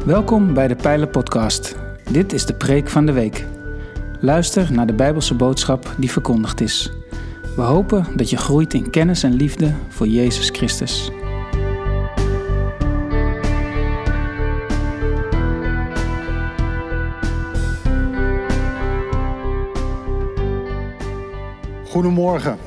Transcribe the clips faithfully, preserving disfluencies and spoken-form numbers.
Welkom bij de Pijler Podcast. Dit is de preek van de week. Luister naar de Bijbelse boodschap die verkondigd is. We hopen dat je groeit in kennis en liefde voor Jezus Christus. Goedemorgen.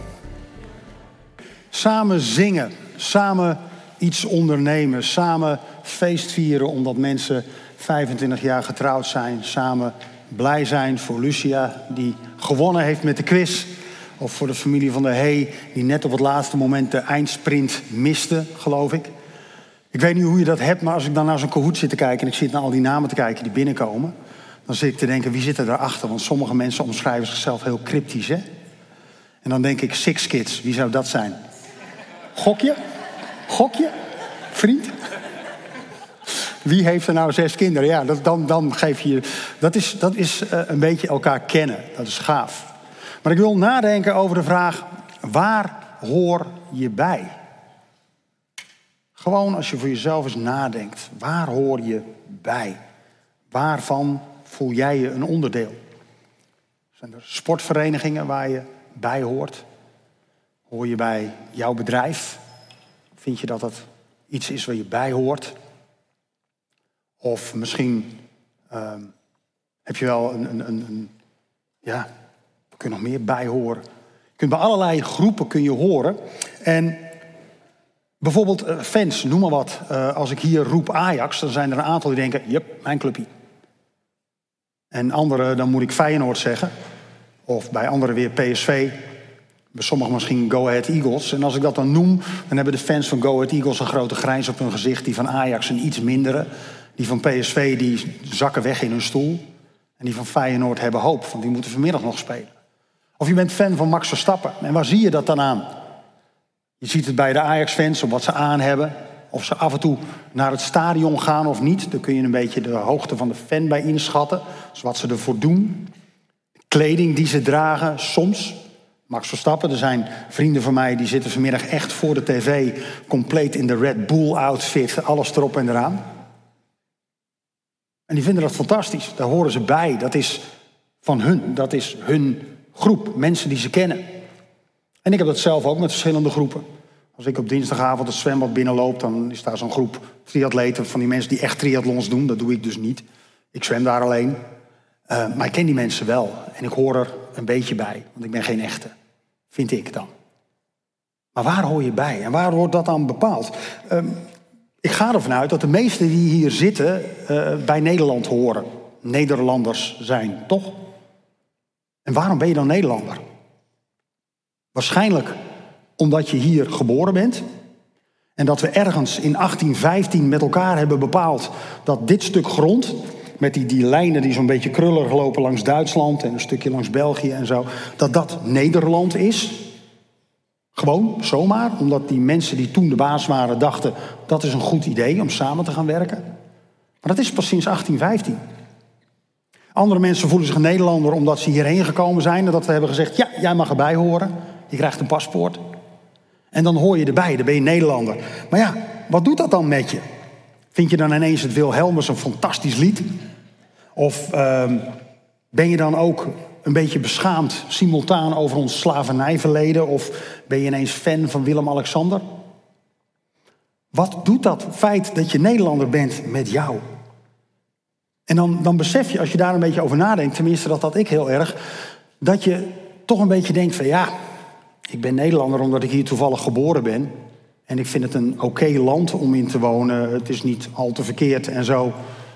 Samen zingen, samen iets ondernemen, samen feest vieren omdat mensen vijfentwintig jaar getrouwd zijn. Samen blij zijn voor Lucia die gewonnen heeft met de quiz. Of voor de familie van de Hey die net op het laatste moment de eindsprint miste, geloof ik. Ik weet niet hoe je dat hebt, maar als ik dan naar zo'n Kahoot zit te kijken en ik zit naar al die namen te kijken die binnenkomen, dan zit ik te denken, wie zit er daarachter? Want sommige mensen omschrijven zichzelf heel cryptisch, hè? En dan denk ik, Six Kids, wie zou dat zijn? Gokje? Gokje? Vriend? Wie heeft er nou zes kinderen? Ja, dat, dan, dan geef je... Dat is, dat is uh, een beetje elkaar kennen. Dat is gaaf. Maar ik wil nadenken over de vraag, waar hoor je bij? Gewoon als je voor jezelf eens nadenkt. Waar hoor je bij? Waarvan voel jij je een onderdeel? Zijn er sportverenigingen waar je bij hoort? Hoor je bij jouw bedrijf? Vind je dat dat iets is waar je bij hoort? Of misschien uh, heb je wel een, een, een, een... Ja, we kunnen nog meer bij horen. Je kunt bij allerlei groepen kun je horen. En bijvoorbeeld uh, fans, noem maar wat. Uh, als ik hier roep Ajax, dan zijn er een aantal die denken, jep, mijn clubje. En anderen, dan moet ik Feyenoord zeggen. Of bij anderen weer P S V. Bij sommigen misschien Go Ahead Eagles. En als ik dat dan noem, dan hebben de fans van Go Ahead Eagles een grote grijns op hun gezicht. Die van Ajax een iets mindere. Die van P S V die zakken weg in hun stoel. En die van Feyenoord hebben hoop, want die moeten vanmiddag nog spelen. Of je bent fan van Max Verstappen. En waar zie je dat dan aan? Je ziet het bij de Ajax-fans, op wat ze aan hebben. Of ze af en toe naar het stadion gaan of niet. Daar kun je een beetje de hoogte van de fan bij inschatten. Dus wat ze ervoor doen. De kleding die ze dragen, soms. Max Verstappen, er zijn vrienden van mij die zitten vanmiddag echt voor de tv. Compleet in de Red Bull outfit, alles erop en eraan. En die vinden dat fantastisch. Daar horen ze bij. Dat is van hun. Dat is hun groep. Mensen die ze kennen. En ik heb dat zelf ook met verschillende groepen. Als ik op dinsdagavond het zwembad binnenloop, dan is daar zo'n groep triatleten van die mensen die echt triathlons doen. Dat doe ik dus niet. Ik zwem daar alleen. Uh, maar ik ken die mensen wel. En ik hoor er een beetje bij. Want ik ben geen echte. Vind ik dan. Maar waar hoor je bij? En waar wordt dat dan bepaald? Um, Ik ga ervan uit dat de meesten die hier zitten uh, bij Nederland horen. Nederlanders zijn, toch? En waarom ben je dan Nederlander? Waarschijnlijk omdat je hier geboren bent. En dat we ergens in achttien vijftien met elkaar hebben bepaald dat dit stuk grond, met die, die lijnen die zo'n beetje krullig lopen langs Duitsland en een stukje langs België en zo, dat dat Nederland is. Gewoon, zomaar, omdat die mensen die toen de baas waren dachten, dat is een goed idee om samen te gaan werken. Maar dat is pas sinds achttien vijftien. Andere mensen voelen zich een Nederlander omdat ze hierheen gekomen zijn en dat we hebben gezegd, ja, jij mag erbij horen. Je krijgt een paspoort. En dan hoor je erbij, dan ben je Nederlander. Maar ja, wat doet dat dan met je? Vind je dan ineens het Wilhelmus een fantastisch lied? Of uh, ben je dan ook een beetje beschaamd simultaan over ons slavernijverleden? Of ben je ineens fan van Willem-Alexander? Wat doet dat feit dat je Nederlander bent met jou? En dan, dan besef je, als je daar een beetje over nadenkt, tenminste dat had ik heel erg, dat je toch een beetje denkt van ja, ik ben Nederlander omdat ik hier toevallig geboren ben. En ik vind het een oké okay land om in te wonen. Het is niet al te verkeerd en zo.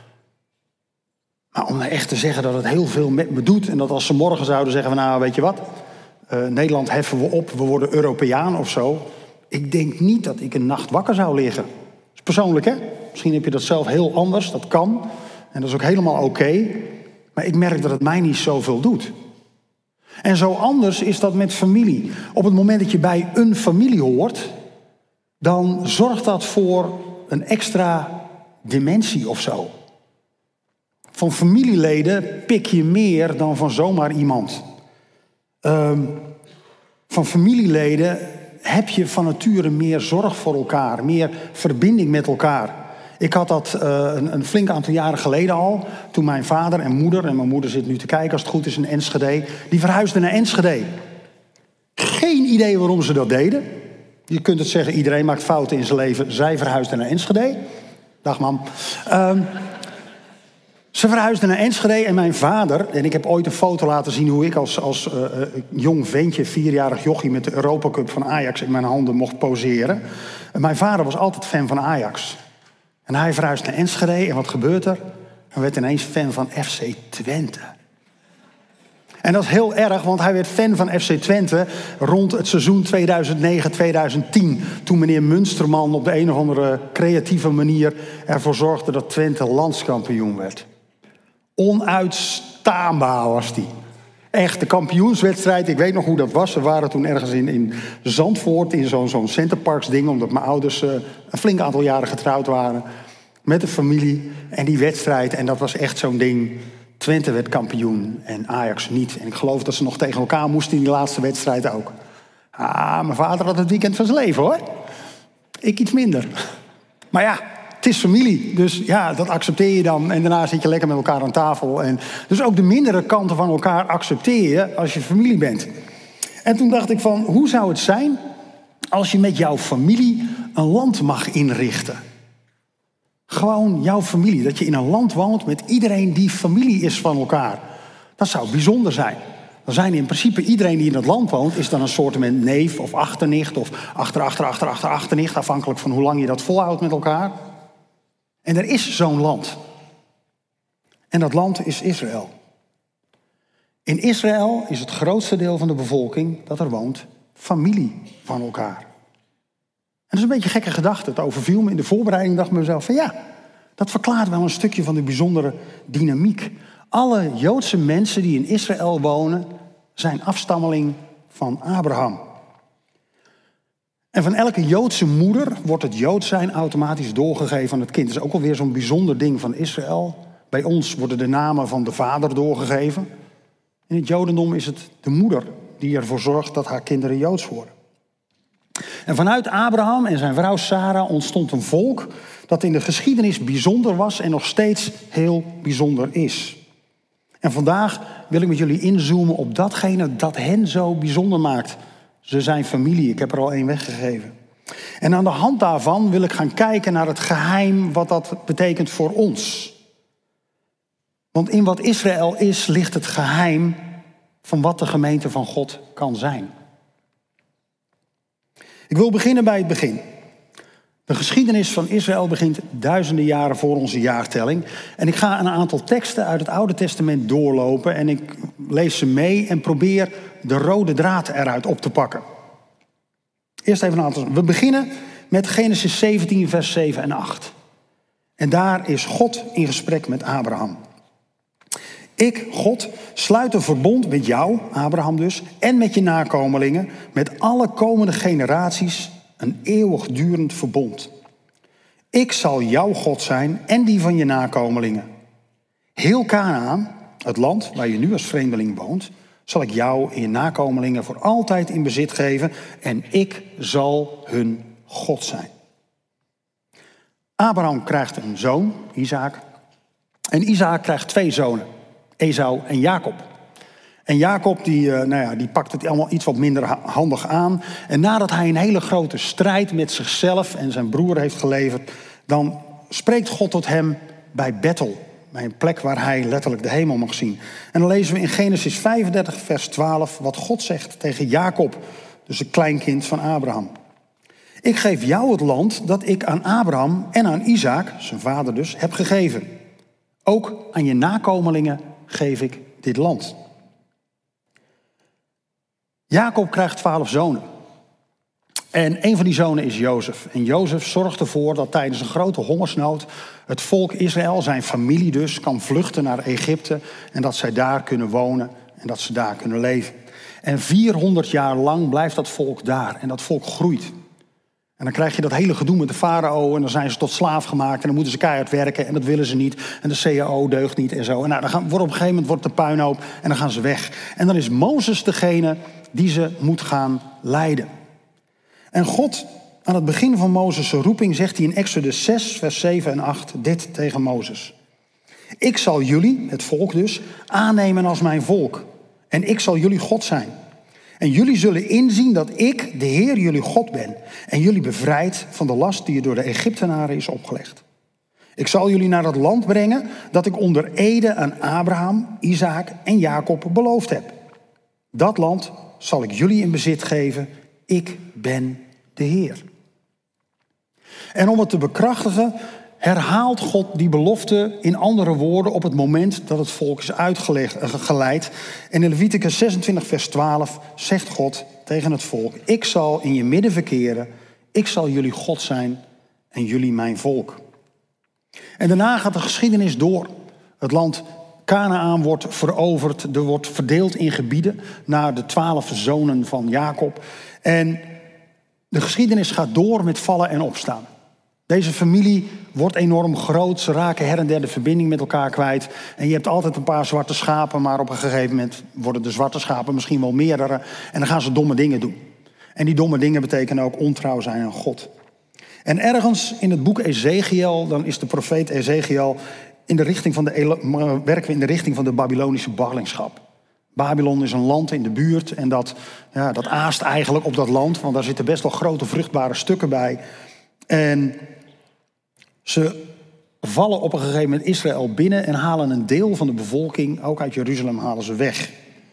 Maar om nou echt te zeggen dat het heel veel met me doet. En dat als ze morgen zouden zeggen van nou weet je wat. Uh, Nederland heffen we op, we worden Europeaan of zo. Ik denk niet dat ik een nacht wakker zou liggen. Dat is persoonlijk, hè? Misschien heb je dat zelf heel anders, dat kan. En dat is ook helemaal oké. Okay. Maar ik merk dat het mij niet zoveel doet. En zo anders is dat met familie. Op het moment dat je bij een familie hoort, dan zorgt dat voor een extra dimensie of zo. Van familieleden pik je meer dan van zomaar iemand. Um, van familieleden heb je van nature meer zorg voor elkaar, meer verbinding met elkaar. Ik had dat uh, een, een flink aantal jaren geleden al. Toen mijn vader en moeder, en mijn moeder zit nu te kijken als het goed is in Enschede. Die verhuisden naar Enschede. Geen idee waarom ze dat deden. Je kunt het zeggen, iedereen maakt fouten in zijn leven. Zij verhuisden naar Enschede. Dag mam. Um, ze verhuisden naar Enschede en mijn vader... en ik heb ooit een foto laten zien hoe ik als, als uh, uh, jong ventje... vierjarig jochie met de Europa Cup van Ajax in mijn handen mocht poseren. En mijn vader was altijd fan van Ajax. En hij verhuisde naar Enschede en wat gebeurt er? Hij werd ineens fan van F C Twente. En dat is heel erg, want hij werd fan van F C Twente rond het seizoen tweeduizend negen tweeduizend tien. Toen meneer Munsterman op de een of andere creatieve manier ervoor zorgde dat Twente landskampioen werd. Onuitstaanbaar was die. Echt, de kampioenswedstrijd, ik weet nog hoe dat was. We waren toen ergens in, in Zandvoort, in zo'n zo'n Centerparks ding... omdat mijn ouders uh, een flink aantal jaren getrouwd waren. Met de familie en die wedstrijd. En dat was echt zo'n ding. Twente werd kampioen en Ajax niet. En ik geloof dat ze nog tegen elkaar moesten in die laatste wedstrijd ook. Ah, mijn vader had het weekend van zijn leven, hoor. Ik iets minder. Maar ja, het is familie. Dus ja, dat accepteer je dan. En daarna zit je lekker met elkaar aan tafel. En dus ook de mindere kanten van elkaar accepteer je als je familie bent. En toen dacht ik van, hoe zou het zijn als je met jouw familie een land mag inrichten? Gewoon jouw familie. Dat je in een land woont met iedereen die familie is van elkaar. Dat zou bijzonder zijn. Dan zijn in principe iedereen die in dat land woont... is dan een soort neef of achternicht... of achter, achter, achter, achter, achternicht... afhankelijk van hoe lang je dat volhoudt met elkaar. En er is zo'n land. En dat land is Israël. In Israël is het grootste deel van de bevolking dat er woont... familie van elkaar. En dat is een beetje een gekke gedachte. Het overviel me in de voorbereiding. Dacht ik mezelf van ja, dat verklaart wel een stukje van de bijzondere dynamiek. Alle Joodse mensen die in Israël wonen, zijn afstammeling van Abraham. En van elke Joodse moeder wordt het Joods zijn automatisch doorgegeven aan het kind. Dat is ook alweer zo'n bijzonder ding van Israël. Bij ons worden de namen van de vader doorgegeven. In het Jodendom is het de moeder die ervoor zorgt dat haar kinderen Joods worden. En vanuit Abraham en zijn vrouw Sarah ontstond een volk dat in de geschiedenis bijzonder was en nog steeds heel bijzonder is. En vandaag wil ik met jullie inzoomen op datgene dat hen zo bijzonder maakt. Ze zijn familie, ik heb er al één weggegeven. En aan de hand daarvan wil ik gaan kijken naar het geheim wat dat betekent voor ons. Want in wat Israël is, ligt het geheim van wat de gemeente van God kan zijn. Ik wil beginnen bij het begin. De geschiedenis van Israël begint duizenden jaren voor onze jaartelling. En ik ga een aantal teksten uit het Oude Testament doorlopen. En ik lees ze mee en probeer de rode draad eruit op te pakken. Eerst even een aantal. We beginnen met Genesis zeventien, vers zeven en acht. En daar is God in gesprek met Abraham. Ik, God, sluit een verbond met jou, Abraham dus, en met je nakomelingen, met alle komende generaties, een eeuwigdurend verbond. Ik zal jouw God zijn en die van je nakomelingen. Heel Kanaan, het land waar je nu als vreemdeling woont, zal ik jou en je nakomelingen voor altijd in bezit geven en ik zal hun God zijn. Abraham krijgt een zoon, Isaac, en Isaac krijgt twee zonen. Esau en Jacob. En Jacob die, nou ja, die pakt het allemaal iets wat minder handig aan. En nadat hij een hele grote strijd met zichzelf en zijn broer heeft geleverd, dan spreekt God tot hem bij Bethel. Bij een plek waar hij letterlijk de hemel mag zien. En dan lezen we in Genesis vijfendertig vers twaalf wat God zegt tegen Jacob, dus het kleinkind van Abraham. Ik geef jou het land dat ik aan Abraham en aan Isaac, zijn vader dus, heb gegeven. Ook aan je nakomelingen geef ik dit land. Jacob krijgt twaalf zonen. En een van die zonen is Jozef. En Jozef zorgt ervoor dat tijdens een grote hongersnood het volk Israël, zijn familie dus, kan vluchten naar Egypte. En dat zij daar kunnen wonen en dat ze daar kunnen leven. En vierhonderd jaar lang blijft dat volk daar. En dat volk groeit. En dan krijg je dat hele gedoe met de farao en dan zijn ze tot slaaf gemaakt en dan moeten ze keihard werken en dat willen ze niet. En de C A O deugt niet en zo. En nou, dan gaan, wordt op een gegeven moment wordt het de puinhoop en dan gaan ze weg. En dan is Mozes degene die ze moet gaan leiden. En God Aan het begin van Mozes' roeping zegt hij in Exodus zes, vers zeven en acht dit tegen Mozes. Ik zal jullie, het volk dus, aannemen als mijn volk. En ik zal jullie God zijn. En jullie zullen inzien dat ik, de Heer, jullie God ben. En jullie bevrijd van de last die je door de Egyptenaren is opgelegd. Ik zal jullie naar dat land brengen dat ik onder ede aan Abraham, Isaac en Jacob beloofd heb. Dat land zal ik jullie in bezit geven. Ik ben de Heer. En om het te bekrachtigen, herhaalt God die belofte in andere woorden op het moment dat het volk is uitgeleid. En in Leviticus zesentwintig vers twaalf zegt God tegen het volk: ik zal in je midden verkeren, ik zal jullie God zijn en jullie mijn volk. En daarna gaat de geschiedenis door. Het land Kanaaan wordt veroverd, er wordt verdeeld in gebieden naar de twaalf zonen van Jacob. En de geschiedenis gaat door met vallen en opstaan. Deze familie wordt enorm groot. Ze raken her en der de verbinding met elkaar kwijt. En je hebt altijd een paar zwarte schapen, maar op een gegeven moment worden de zwarte schapen misschien wel meerdere. En dan gaan ze domme dingen doen. En die domme dingen betekenen ook ontrouw zijn aan God. En ergens in het boek Ezekiel, dan is de profeet Ezekiel in de richting van de, werken we in de richting van de Babylonische ballingschap. Babylon is een land in de buurt en dat, ja, dat aast eigenlijk op dat land, want daar zitten best wel grote vruchtbare stukken bij. En ze vallen op een gegeven moment Israël binnen en halen een deel van de bevolking, ook uit Jeruzalem, halen ze weg.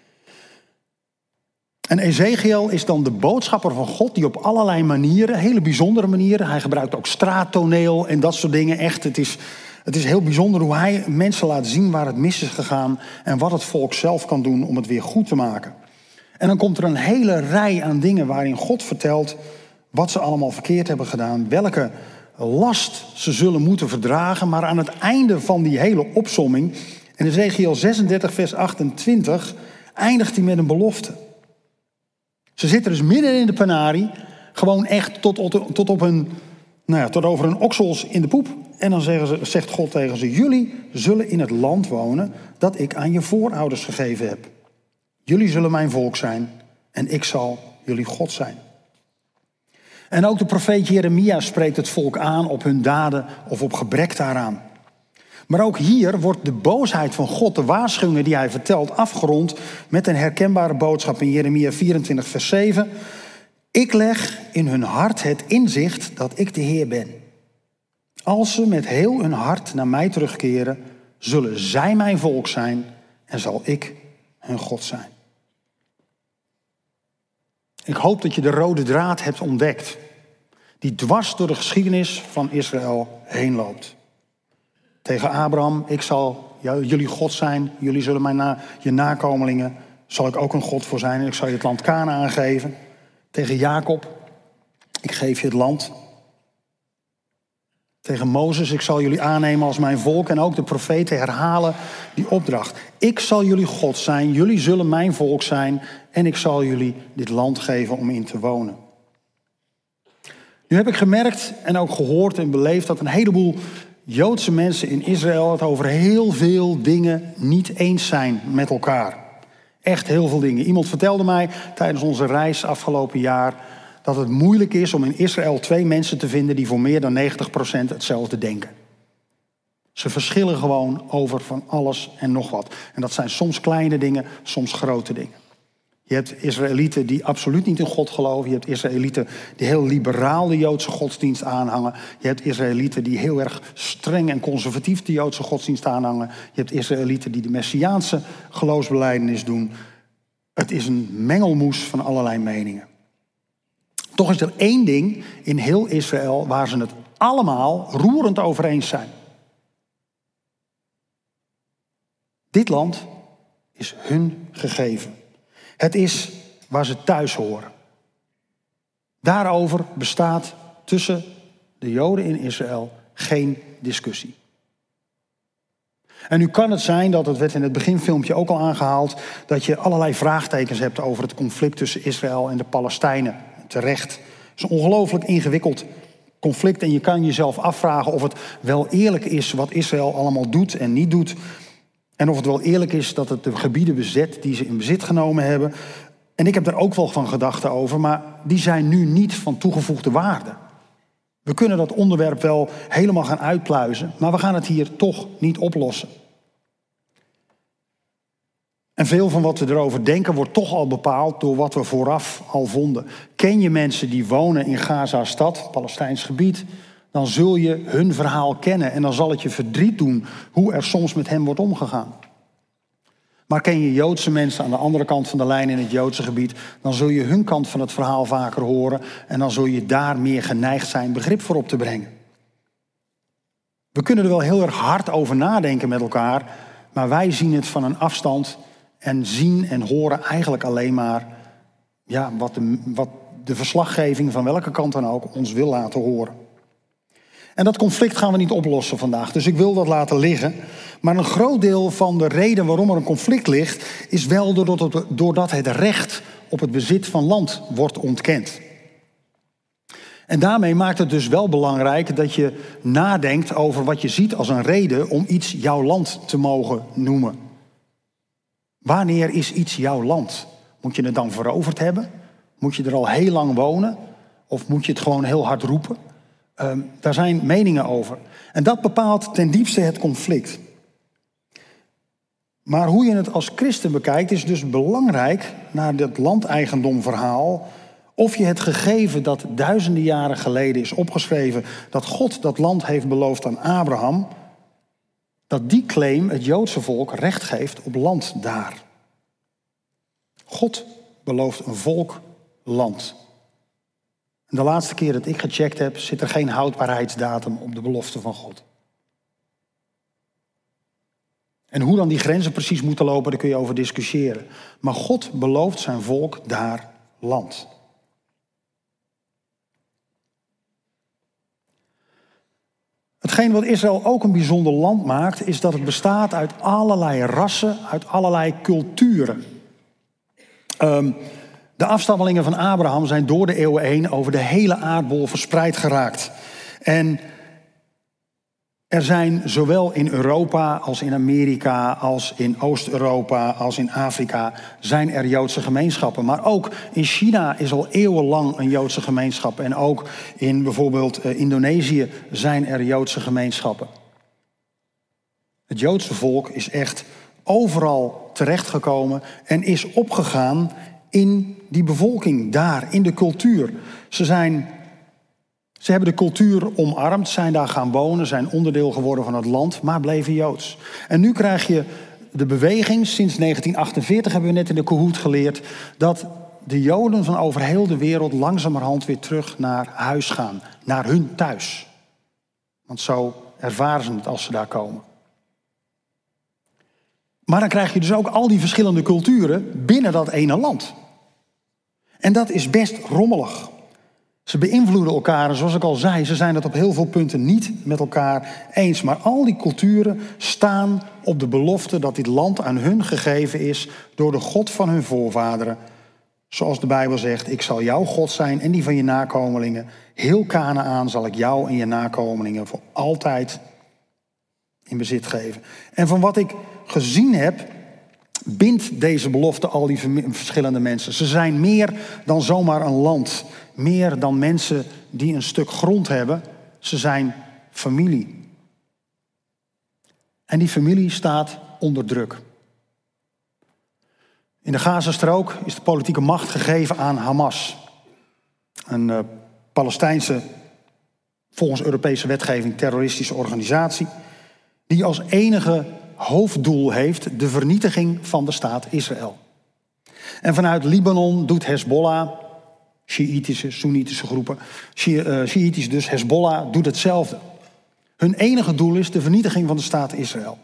En Ezekiel is dan de boodschapper van God die op allerlei manieren, hele bijzondere manieren, hij gebruikt ook straattoneel en dat soort dingen. Echt, het is, het is heel bijzonder hoe hij mensen laat zien waar het mis is gegaan en wat het volk zelf kan doen om het weer goed te maken. En dan komt er een hele rij aan dingen waarin God vertelt wat ze allemaal verkeerd hebben gedaan, welke last ze zullen moeten verdragen. Maar aan het einde van die hele opsomming, in Ezekiel zesendertig vers achtentwintig, eindigt hij met een belofte. Ze zitten dus midden in de penarie, gewoon echt tot, tot, tot, op een, nou ja, tot over hun oksels in de poep. En dan zeggen ze, zegt God tegen ze: jullie zullen in het land wonen dat ik aan je voorouders gegeven heb. Jullie zullen mijn volk zijn en ik zal jullie God zijn. En ook de profeet Jeremia spreekt het volk aan op hun daden of op gebrek daaraan. Maar ook hier wordt de boosheid van God, de waarschuwingen die hij vertelt, afgerond met een herkenbare boodschap in Jeremia vierentwintig vers zeven. Ik leg in hun hart het inzicht dat ik de Heer ben. Als ze met heel hun hart naar mij terugkeren, zullen zij mijn volk zijn en zal ik hun God zijn. Ik hoop dat je de rode draad hebt ontdekt, die dwars door de geschiedenis van Israël heen loopt. Tegen Abraham, ik zal jullie God zijn, jullie zullen mijn na, je nakomelingen, zal ik ook een God voor zijn en ik zal je het land Kanaaan geven. Tegen Jacob, ik geef je het land. Tegen Mozes, ik zal jullie aannemen als mijn volk. En ook de profeten herhalen die opdracht. Ik zal jullie God zijn, jullie zullen mijn volk zijn en ik zal jullie dit land geven om in te wonen. Nu heb ik gemerkt en ook gehoord en beleefd dat een heleboel Joodse mensen in Israël het over heel veel dingen niet eens zijn met elkaar. Echt heel veel dingen. Iemand vertelde mij tijdens onze reis afgelopen jaar dat het moeilijk is om in Israël twee mensen te vinden die voor meer dan negentig procent hetzelfde denken. Ze verschillen gewoon over van alles en nog wat. En dat zijn soms kleine dingen, soms grote dingen. Je hebt Israëlieten die absoluut niet in God geloven. Je hebt Israëlieten die heel liberaal de Joodse godsdienst aanhangen. Je hebt Israëlieten die heel erg streng en conservatief de Joodse godsdienst aanhangen. Je hebt Israëlieten die de Messiaanse geloofsbelijdenis doen. Het is een mengelmoes van allerlei meningen. Toch is er één ding in heel Israël waar ze het allemaal roerend over eens zijn. Dit land is hun gegeven. Het is waar ze thuis horen. Daarover bestaat tussen de Joden in Israël geen discussie. En nu kan het zijn, dat het werd in het beginfilmpje ook al aangehaald, dat je allerlei vraagtekens hebt over het conflict tussen Israël en de Palestijnen. Terecht. Het is een ongelooflijk ingewikkeld conflict en je kan jezelf afvragen of het wel eerlijk is wat Israël allemaal doet en niet doet. En of het wel eerlijk is dat het de gebieden bezet die ze in bezit genomen hebben. En ik heb daar ook wel van gedachten over, maar die zijn nu niet van toegevoegde waarde. We kunnen dat onderwerp wel helemaal gaan uitpluizen, maar we gaan het hier toch niet oplossen. En veel van wat we erover denken wordt toch al bepaald door wat we vooraf al vonden. Ken je mensen die wonen in Gaza-stad, Palestijns gebied, dan zul je hun verhaal kennen en dan zal het je verdriet doen hoe er soms met hen wordt omgegaan. Maar ken je Joodse mensen aan de andere kant van de lijn in het Joodse gebied, dan zul je hun kant van het verhaal vaker horen en dan zul je daar meer geneigd zijn begrip voor op te brengen. We kunnen er wel heel erg hard over nadenken met elkaar, maar wij zien het van een afstand en zien en horen eigenlijk alleen maar ja, wat, de, wat de verslaggeving van welke kant dan ook ons wil laten horen. En dat conflict gaan we niet oplossen vandaag, dus ik wil dat laten liggen. Maar een groot deel van de reden waarom er een conflict ligt, is wel doordat het, doordat het recht op het bezit van land wordt ontkend. En daarmee maakt het dus wel belangrijk dat je nadenkt over wat je ziet als een reden om iets jouw land te mogen noemen. Wanneer is iets jouw land? Moet je het dan veroverd hebben? Moet je er al heel lang wonen? Of moet je het gewoon heel hard roepen? Um, daar zijn meningen over. En dat bepaalt ten diepste het conflict. Maar hoe je het als christen bekijkt is dus belangrijk naar dat landeigendomverhaal. Of je het gegeven dat duizenden jaren geleden is opgeschreven dat God dat land heeft beloofd aan Abraham, dat die claim het Joodse volk recht geeft op land daar. God belooft een volk land. En de laatste keer dat ik gecheckt heb, zit er geen houdbaarheidsdatum op de belofte van God. En hoe dan die grenzen precies moeten lopen, daar kun je over discussiëren. Maar God belooft zijn volk daar land. Hetgeen wat Israël ook een bijzonder land maakt, is dat het bestaat uit allerlei rassen, uit allerlei culturen. Um, de afstammelingen van Abraham zijn door de eeuwen heen over de hele aardbol verspreid geraakt. En er zijn zowel in Europa als in Amerika, als in Oost-Europa, als in Afrika, zijn er Joodse gemeenschappen. Maar ook in China is al eeuwenlang een Joodse gemeenschap. En ook in bijvoorbeeld uh, Indonesië zijn er Joodse gemeenschappen. Het Joodse volk is echt overal terechtgekomen en is opgegaan in die bevolking daar, in de cultuur. Ze zijn... Ze hebben de cultuur omarmd, zijn daar gaan wonen, zijn onderdeel geworden van het land, maar bleven Joods. En nu krijg je de beweging, sinds negentien achtenveertig hebben we net in de Kahoot geleerd, dat de Joden van over heel de wereld langzamerhand weer terug naar huis gaan, naar hun thuis. Want zo ervaren ze het als ze daar komen. Maar dan krijg je dus ook al die verschillende culturen binnen dat ene land. En dat is best rommelig. Ze beïnvloeden elkaar en zoals ik al zei, ze zijn het op heel veel punten niet met elkaar eens. Maar al die culturen staan op de belofte dat dit land aan hun gegeven is door de God van hun voorvaderen. Zoals de Bijbel zegt, ik zal jouw God zijn en die van je nakomelingen. Heel Kanaaan zal ik jou en je nakomelingen voor altijd in bezit geven. En van wat ik gezien heb, bindt deze belofte al die verschillende mensen. Ze zijn meer dan zomaar een land. Meer dan mensen die een stuk grond hebben. Ze zijn familie. En die familie staat onder druk. In de Gazastrook is de politieke macht gegeven aan Hamas. Een uh, Palestijnse, volgens Europese wetgeving, terroristische organisatie. Die als enige hoofddoel heeft de vernietiging van de staat Israël. En vanuit Libanon doet Hezbollah, Sjiïtische, Soenitische groepen, Sjiïtisch dus, Hezbollah doet hetzelfde. Hun enige doel is de vernietiging van de staat Israël.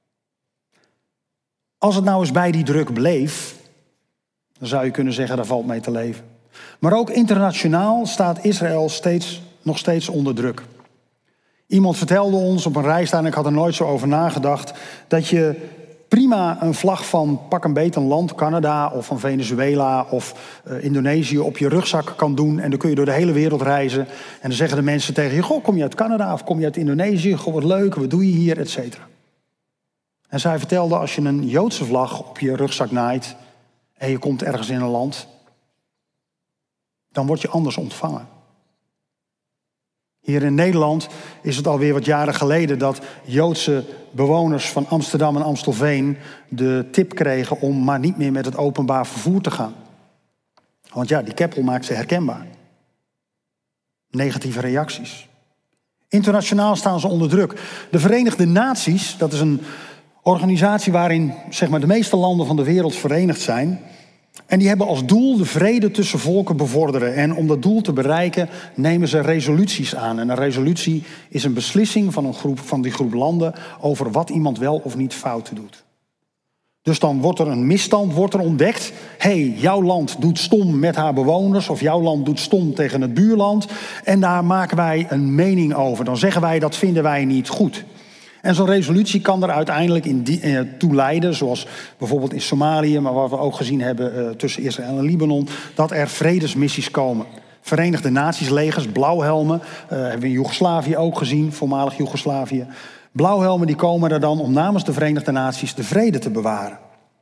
Als het nou eens bij die druk bleef, dan zou je kunnen zeggen, daar valt mee te leven. Maar ook internationaal staat Israël steeds, nog steeds onder druk. Iemand vertelde ons op een reis daar, en ik had er nooit zo over nagedacht, dat je prima een vlag van pak een beet een land, Canada of van Venezuela of uh, Indonesië op je rugzak kan doen. En dan kun je door de hele wereld reizen. En dan zeggen de mensen tegen je, goh, kom je uit Canada of kom je uit Indonesië? Goh, wat leuk, wat doe je hier, et cetera. En zij vertelde, als je een Joodse vlag op je rugzak naait en je komt ergens in een land, dan word je anders ontvangen. Hier in Nederland is het alweer wat jaren geleden dat Joodse bewoners van Amsterdam en Amstelveen de tip kregen om maar niet meer met het openbaar vervoer te gaan. Want ja, die keppel maakt ze herkenbaar. Negatieve reacties. Internationaal staan ze onder druk. De Verenigde Naties, dat is een organisatie waarin zeg maar, de meeste landen van de wereld verenigd zijn. En die hebben als doel de vrede tussen volken bevorderen. En om dat doel te bereiken nemen ze resoluties aan. En een resolutie is een beslissing van een groep van die groep landen over wat iemand wel of niet fout doet. Dus dan wordt er een misstand wordt er ontdekt. Hé, hey, jouw land doet stom met haar bewoners of jouw land doet stom tegen het buurland. En daar maken wij een mening over. Dan zeggen wij dat vinden wij niet goed. En zo'n resolutie kan er uiteindelijk in die, eh, toe leiden, zoals bijvoorbeeld in Somalië, maar wat we ook gezien hebben eh, tussen Israël en Libanon, dat er vredesmissies komen. Verenigde Naties legers, blauwhelmen, uh, hebben we in Joegoslavië ook gezien, voormalig Joegoslavië. Blauwhelmen die komen er dan om namens de Verenigde Naties de vrede te bewaren.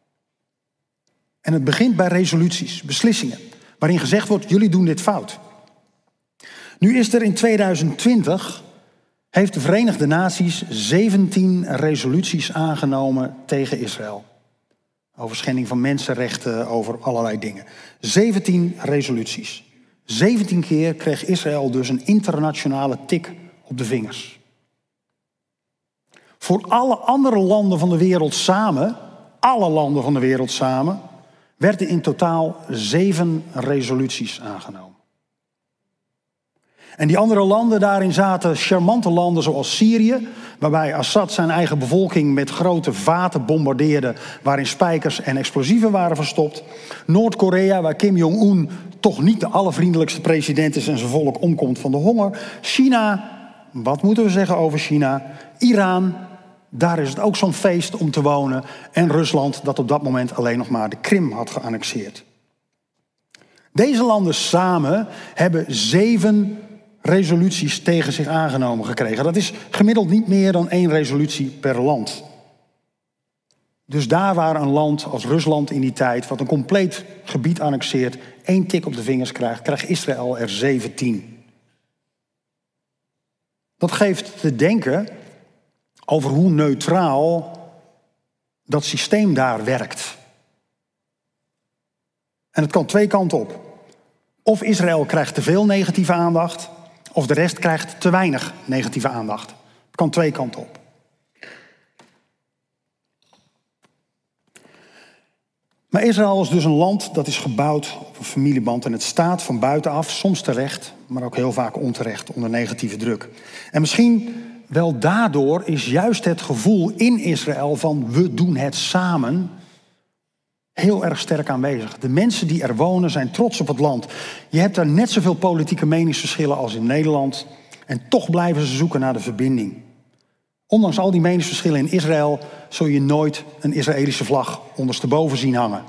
En het begint bij resoluties, beslissingen, waarin gezegd wordt, jullie doen dit fout. Nu is er in tweeduizend twintig, heeft de Verenigde Naties zeventien resoluties aangenomen tegen Israël. Over schending van mensenrechten, over allerlei dingen. zeventien resoluties. zeventien keer kreeg Israël dus een internationale tik op de vingers. Voor alle andere landen van de wereld samen, alle landen van de wereld samen, werden in totaal zeven resoluties aangenomen. En die andere landen, daarin zaten charmante landen zoals Syrië, waarbij Assad zijn eigen bevolking met grote vaten bombardeerde, waarin spijkers en explosieven waren verstopt. Noord-Korea, waar Kim Jong-un toch niet de allervriendelijkste president is en zijn volk omkomt van de honger. China, wat moeten we zeggen over China? Iran, daar is het ook zo'n feest om te wonen. En Rusland, dat op dat moment alleen nog maar de Krim had geannexeerd. Deze landen samen hebben zeven resoluties tegen zich aangenomen gekregen. Dat is gemiddeld niet meer dan één resolutie per land. Dus daar waar een land als Rusland in die tijd, wat een compleet gebied annexeert, één tik op de vingers krijgt, krijgt Israël er zeventien. Dat geeft te denken over hoe neutraal dat systeem daar werkt. En het kan twee kanten op. Of Israël krijgt te veel negatieve aandacht, of de rest krijgt te weinig negatieve aandacht. Het kan twee kanten op. Maar Israël is dus een land dat is gebouwd op een familieband en het staat van buitenaf, soms terecht, maar ook heel vaak onterecht, onder negatieve druk. En misschien wel daardoor is juist het gevoel in Israël van we doen het samen heel erg sterk aanwezig. De mensen die er wonen zijn trots op het land. Je hebt daar net zoveel politieke meningsverschillen als in Nederland. En toch blijven ze zoeken naar de verbinding. Ondanks al die meningsverschillen in Israël zul je nooit een Israëlische vlag ondersteboven zien hangen.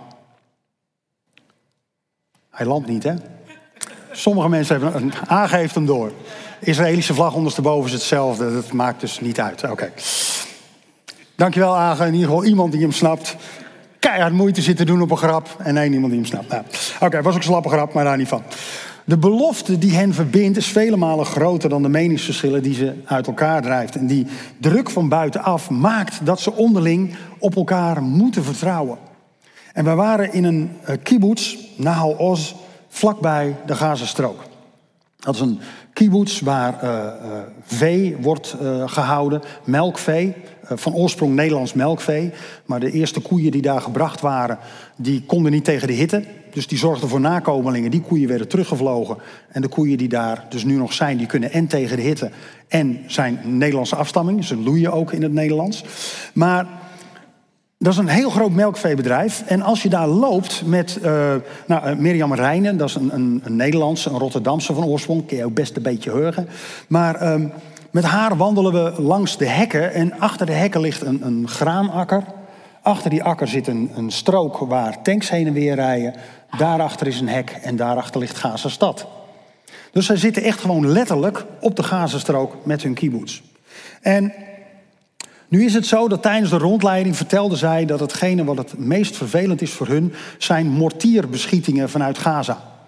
Hij landt niet, hè? Sommige mensen hebben een aangeeft hem door. Israëlische vlag ondersteboven is hetzelfde. Dat maakt dus niet uit. Oké. Okay. Dankjewel, Age. In ieder geval iemand die hem snapt. Keihard moeite zitten doen op een grap. En nee, niemand die hem snapt. Nou, Oké, okay, was ook een slappe grap, maar daar niet van. De belofte die hen verbindt is vele malen groter dan de meningsverschillen die ze uit elkaar drijft. En die druk van buitenaf maakt dat ze onderling op elkaar moeten vertrouwen. En wij waren in een uh, kibbutz, Nahal Oz, vlakbij de Gazastrook. Dat is een kibbutz waar uh, uh, vee wordt uh, gehouden, melkvee. Uh, van oorsprong Nederlands melkvee. Maar de eerste koeien die daar gebracht waren, die konden niet tegen de hitte. Dus die zorgden voor nakomelingen. Die koeien werden teruggevlogen. En de koeien die daar dus nu nog zijn, die kunnen en tegen de hitte en zijn Nederlandse afstamming. Ze loeien ook in het Nederlands. Maar dat is een heel groot melkveebedrijf. En als je daar loopt met uh, nou, uh, Mirjam Rijnen, dat is een, een, een Nederlandse, een Rotterdamse van oorsprong. Kun je ook best een beetje heugen. Maar um, met haar wandelen we langs de hekken. En achter de hekken ligt een, een graanakker. Achter die akker zit een, een strook waar tanks heen en weer rijden. Daarachter is een hek en daarachter ligt Gazastad. Dus zij zitten echt gewoon letterlijk op de Gazastrook met hun kibbutz. En nu is het zo dat tijdens de rondleiding vertelde zij dat hetgene wat het meest vervelend is voor hun zijn mortierbeschietingen vanuit Gaza.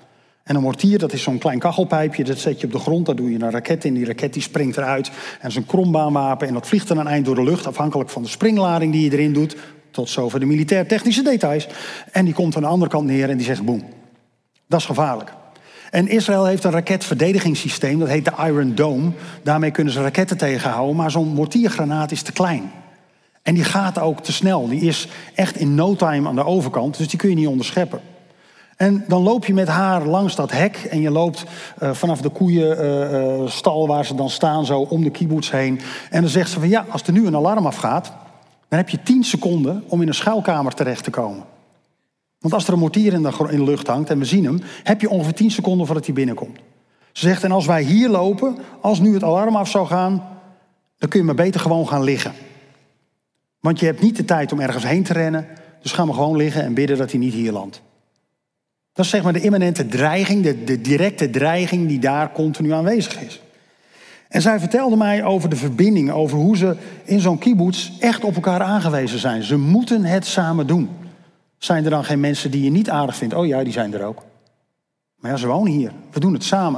En een mortier, dat is zo'n klein kachelpijpje, dat zet je op de grond, daar doe je een raket in. Die raket die springt eruit en dat is een krombaanwapen en dat vliegt dan een eind door de lucht, afhankelijk van de springlading die je erin doet. Tot zover de militair-technische details. En die komt aan de andere kant neer en die zegt boem. Dat is gevaarlijk. En Israël heeft een raketverdedigingssysteem, dat heet de Iron Dome. Daarmee kunnen ze raketten tegenhouden, maar zo'n mortiergranaat is te klein. En die gaat ook te snel. Die is echt in no time aan de overkant, dus die kun je niet onderscheppen. En dan loop je met haar langs dat hek en je loopt uh, vanaf de koeienstal uh, uh, waar ze dan staan, zo om de kibbutz heen. En dan zegt ze van ja, als er nu een alarm afgaat, dan heb je tien seconden om in een schuilkamer terecht te komen. Want als er een mortier in de, in de lucht hangt en we zien hem, heb je ongeveer tien seconden voordat hij binnenkomt. Ze zegt, en als wij hier lopen, als nu het alarm af zou gaan, dan kun je maar beter gewoon gaan liggen. Want je hebt niet de tijd om ergens heen te rennen, dus ga maar gewoon liggen en bidden dat hij niet hier landt. Dat is zeg maar de immanente dreiging, de, de directe dreiging die daar continu aanwezig is. En zij vertelde mij over de verbinding, over hoe ze in zo'n kibbutz echt op elkaar aangewezen zijn. Ze moeten het samen doen. Zijn er dan geen mensen die je niet aardig vindt? Oh ja, die zijn er ook. Maar ja, ze wonen hier. We doen het samen.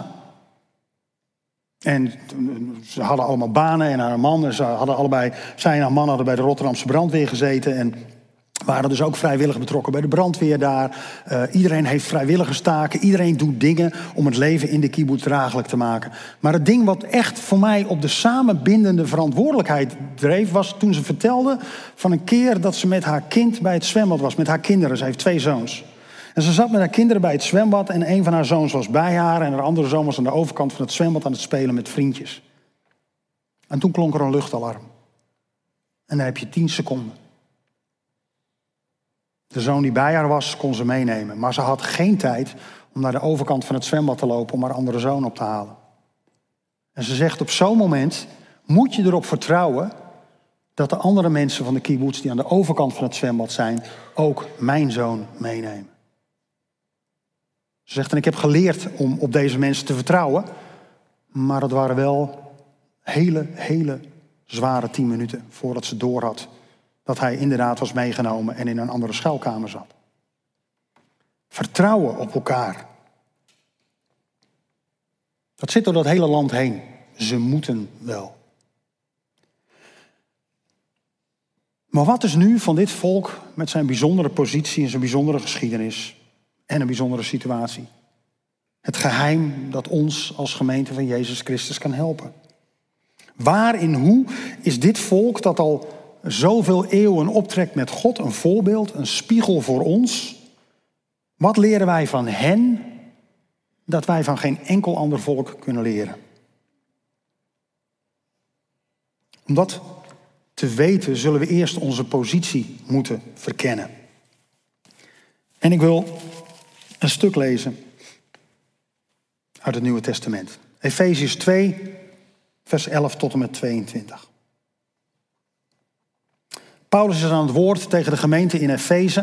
En ze hadden allemaal banen en haar man. En ze hadden allebei, zij en haar man hadden bij de Rotterdamse brandweer gezeten. En waren dus ook vrijwillig betrokken bij de brandweer daar. Uh, iedereen heeft vrijwilligerstaken. Iedereen doet dingen om het leven in de kibbutz draaglijk te maken. Maar het ding wat echt voor mij op de samenbindende verantwoordelijkheid dreef, was toen ze vertelde van een keer dat ze met haar kind bij het zwembad was. Met haar kinderen. Ze heeft twee zoons. En ze zat met haar kinderen bij het zwembad en een van haar zoons was bij haar. En haar andere zoon was aan de overkant van het zwembad aan het spelen met vriendjes. En toen klonk er een luchtalarm. En dan heb je tien seconden. De zoon die bij haar was, kon ze meenemen. Maar ze had geen tijd om naar de overkant van het zwembad te lopen om haar andere zoon op te halen. En ze zegt, op zo'n moment moet je erop vertrouwen dat de andere mensen van de kibbutz die aan de overkant van het zwembad zijn, ook mijn zoon meenemen. Ze zegt, en ik heb geleerd om op deze mensen te vertrouwen. Maar het waren wel hele, hele zware tien minuten voordat ze doorhad dat hij inderdaad was meegenomen en in een andere schuilkamer zat. Vertrouwen op elkaar. Dat zit door dat hele land heen. Ze moeten wel. Maar wat is nu van dit volk met zijn bijzondere positie en zijn bijzondere geschiedenis en een bijzondere situatie? Het geheim dat ons als gemeente van Jezus Christus kan helpen. Waar en hoe is dit volk dat al zoveel eeuwen optrekt met God een voorbeeld, een spiegel voor ons? Wat leren wij van hen dat wij van geen enkel ander volk kunnen leren? Om dat te weten zullen we eerst onze positie moeten verkennen. En ik wil een stuk lezen uit het Nieuwe Testament. Efeziërs twee, vers elf tot en met tweeëntwintig. Paulus is aan het woord tegen de gemeente in Efeze.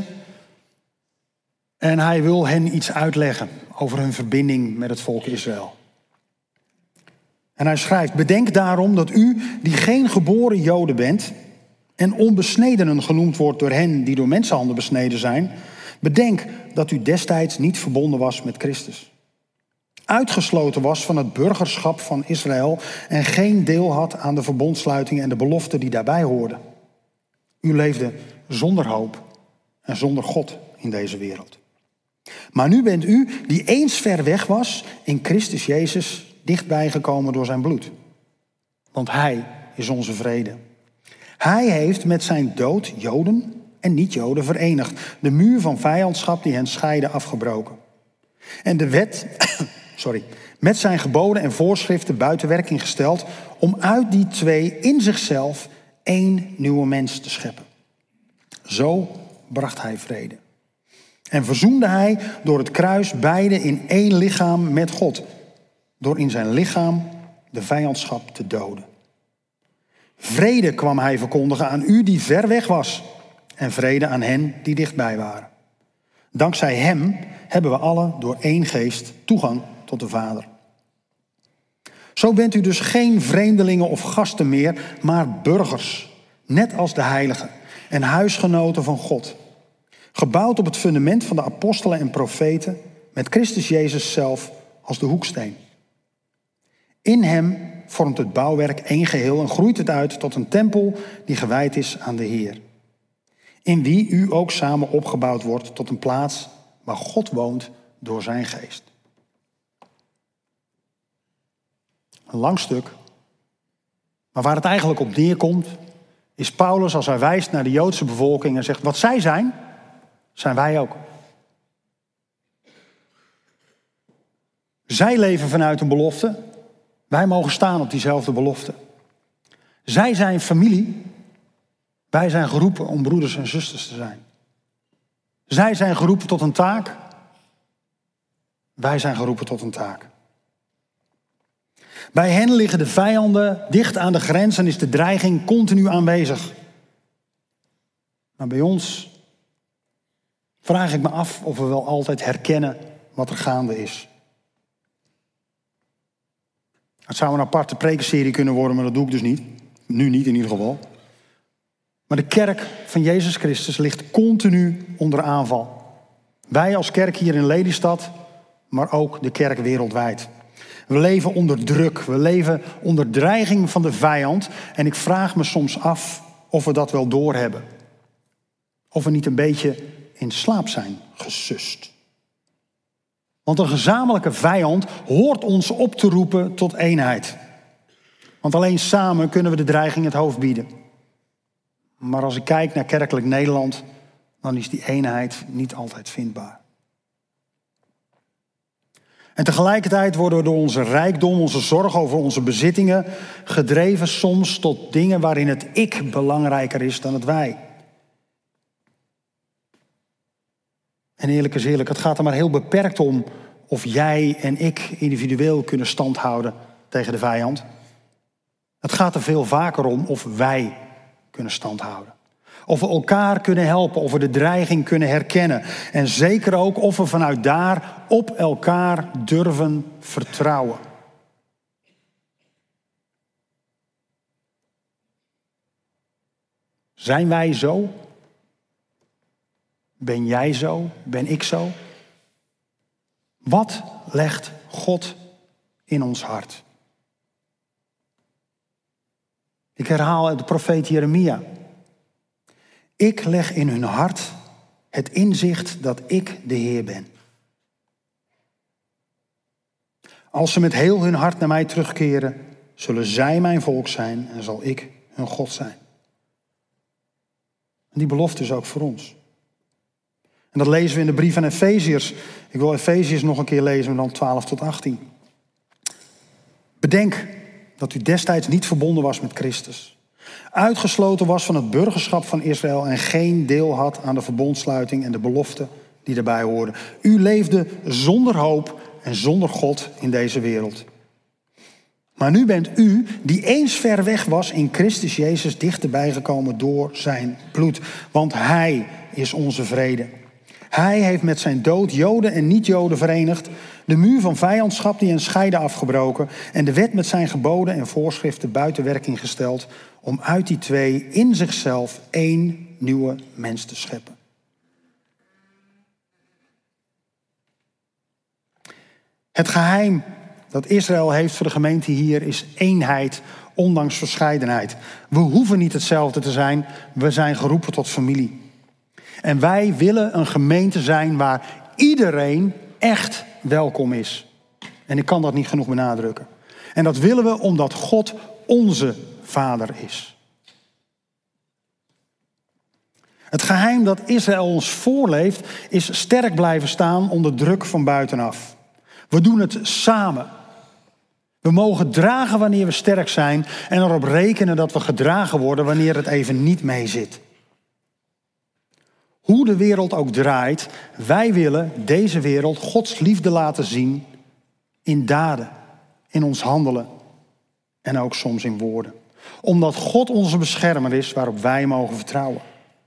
En hij wil hen iets uitleggen over hun verbinding met het volk Israël. En hij schrijft, bedenk daarom dat u, die geen geboren Joden bent en onbesnedenen genoemd wordt door hen die door mensenhanden besneden zijn, bedenk dat u destijds niet verbonden was met Christus. Uitgesloten was van het burgerschap van Israël en geen deel had aan de verbondsluitingen en de beloften die daarbij hoorden. U leefde zonder hoop en zonder God in deze wereld. Maar nu bent u, die eens ver weg was, in Christus Jezus dichtbij gekomen door zijn bloed. Want hij is onze vrede. Hij heeft met zijn dood Joden en niet-Joden verenigd. De muur van vijandschap die hen scheidde afgebroken. En de wet, sorry, met zijn geboden en voorschriften buiten werking gesteld, om uit die twee in zichzelf één nieuwe mens te scheppen. Zo bracht hij vrede. En verzoende hij door het kruis beide in één lichaam met God. Door in zijn lichaam de vijandschap te doden. Vrede kwam hij verkondigen aan u die ver weg was. En vrede aan hen die dichtbij waren. Dankzij hem hebben we allen door één geest toegang tot de Vader. Zo bent u dus geen vreemdelingen of gasten meer, maar burgers. Net als de heiligen en huisgenoten van God. Gebouwd op het fundament van de apostelen en profeten, met Christus Jezus zelf als de hoeksteen. In hem vormt het bouwwerk één geheel en groeit het uit tot een tempel die gewijd is aan de Heer. In wie u ook samen opgebouwd wordt tot een plaats waar God woont door zijn geest. Een lang stuk. Maar waar het eigenlijk op neerkomt, is Paulus als hij wijst naar de Joodse bevolking en zegt, wat zij zijn, zijn wij ook. Zij leven vanuit een belofte. Wij mogen staan op diezelfde belofte. Zij zijn familie. Wij zijn geroepen om broeders en zusters te zijn. Zij zijn geroepen tot een taak. Wij zijn geroepen tot een taak. Bij hen liggen de vijanden dicht aan de grens en is de dreiging continu aanwezig. Maar bij ons vraag ik me af of we wel altijd herkennen wat er gaande is. Het zou een aparte prekenserie kunnen worden, maar dat doe ik dus niet. Nu niet in ieder geval. Maar de kerk van Jezus Christus ligt continu onder aanval. Wij als kerk hier in Lelystad, maar ook de kerk wereldwijd. We leven onder druk, we leven onder dreiging van de vijand. En ik vraag me soms af of we dat wel doorhebben. Of we niet een beetje in slaap zijn gesust. Want een gezamenlijke vijand hoort ons op te roepen tot eenheid. Want alleen samen kunnen we de dreiging het hoofd bieden. Maar als ik kijk naar kerkelijk Nederland, dan is die eenheid niet altijd vindbaar. En tegelijkertijd worden we door onze rijkdom, onze zorg over onze bezittingen gedreven soms tot dingen waarin het ik belangrijker is dan het wij. En eerlijk is eerlijk, het gaat er maar heel beperkt om of jij en ik individueel kunnen standhouden tegen de vijand. Het gaat er veel vaker om of wij kunnen standhouden. Of we elkaar kunnen helpen, of we de dreiging kunnen herkennen. En zeker ook of we vanuit daar op elkaar durven vertrouwen. Zijn wij zo? Ben jij zo? Ben ik zo? Wat legt God in ons hart? Ik herhaal de profeet Jeremia. Ik leg in hun hart het inzicht dat ik de Heer ben. Als ze met heel hun hart naar mij terugkeren, zullen zij mijn volk zijn en zal ik hun God zijn. En die belofte is ook voor ons. En dat lezen we in de brief aan Efeziërs. Ik wil Efeziërs nog een keer lezen, dan twaalf tot achttien. Bedenk dat u destijds niet verbonden was met Christus. Uitgesloten was van het burgerschap van Israël en geen deel had aan de verbondsluiting en de beloften die daarbij hoorden. U leefde zonder hoop en zonder God in deze wereld. Maar nu bent u, die eens ver weg was, in Christus Jezus dichterbij gekomen door zijn bloed. Want hij is onze vrede. Hij heeft met zijn dood Joden en niet-Joden verenigd, de muur van vijandschap die hen scheidde afgebroken en de wet met zijn geboden en voorschriften buiten werking gesteld, om uit die twee in zichzelf één nieuwe mens te scheppen. Het geheim dat Israël heeft voor de gemeente hier is eenheid, ondanks verscheidenheid. We hoeven niet hetzelfde te zijn, we zijn geroepen tot familie. En wij willen een gemeente zijn waar iedereen echt welkom is. En ik kan dat niet genoeg benadrukken. En dat willen we omdat God onze Vader is. Het geheim dat Israël ons voorleeft is sterk blijven staan onder druk van buitenaf. We doen het samen. We mogen dragen wanneer we sterk zijn en erop rekenen dat we gedragen worden wanneer het even niet meezit. Hoe de wereld ook draait, wij willen deze wereld Gods liefde laten zien in daden, in ons handelen en ook soms in woorden. Omdat God onze beschermer is waarop wij mogen vertrouwen.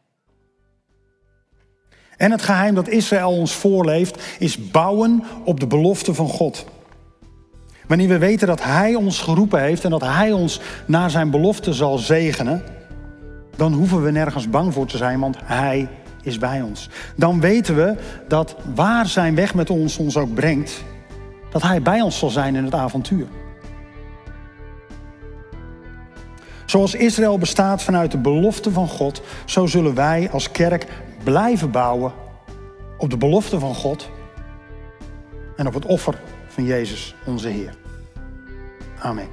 En het geheim dat Israël ons voorleeft is bouwen op de belofte van God. Wanneer we weten dat Hij ons geroepen heeft en dat Hij ons naar zijn belofte zal zegenen, dan hoeven we nergens bang voor te zijn, want Hij is bij ons. Dan weten we dat waar zijn weg met ons ons ook brengt, dat hij bij ons zal zijn in het avontuur. Zoals Israël bestaat vanuit de belofte van God, zo zullen wij als kerk blijven bouwen op de belofte van God en op het offer van Jezus, onze Heer. Amen.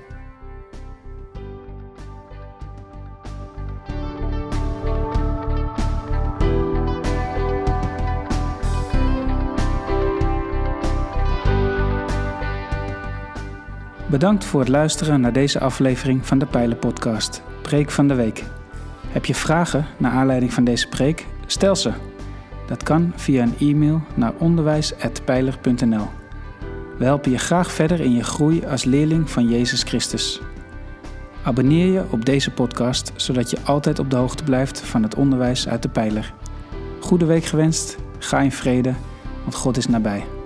Bedankt voor het luisteren naar deze aflevering van de Pijler-podcast, Preek van de Week. Heb je vragen naar aanleiding van deze preek? Stel ze. Dat kan via een e-mail naar onderwijs apenstaartje pijler punt n l. We helpen je graag verder in je groei als leerling van Jezus Christus. Abonneer je op deze podcast, zodat je altijd op de hoogte blijft van het onderwijs uit de Pijler. Goede week gewenst, ga in vrede, want God is nabij.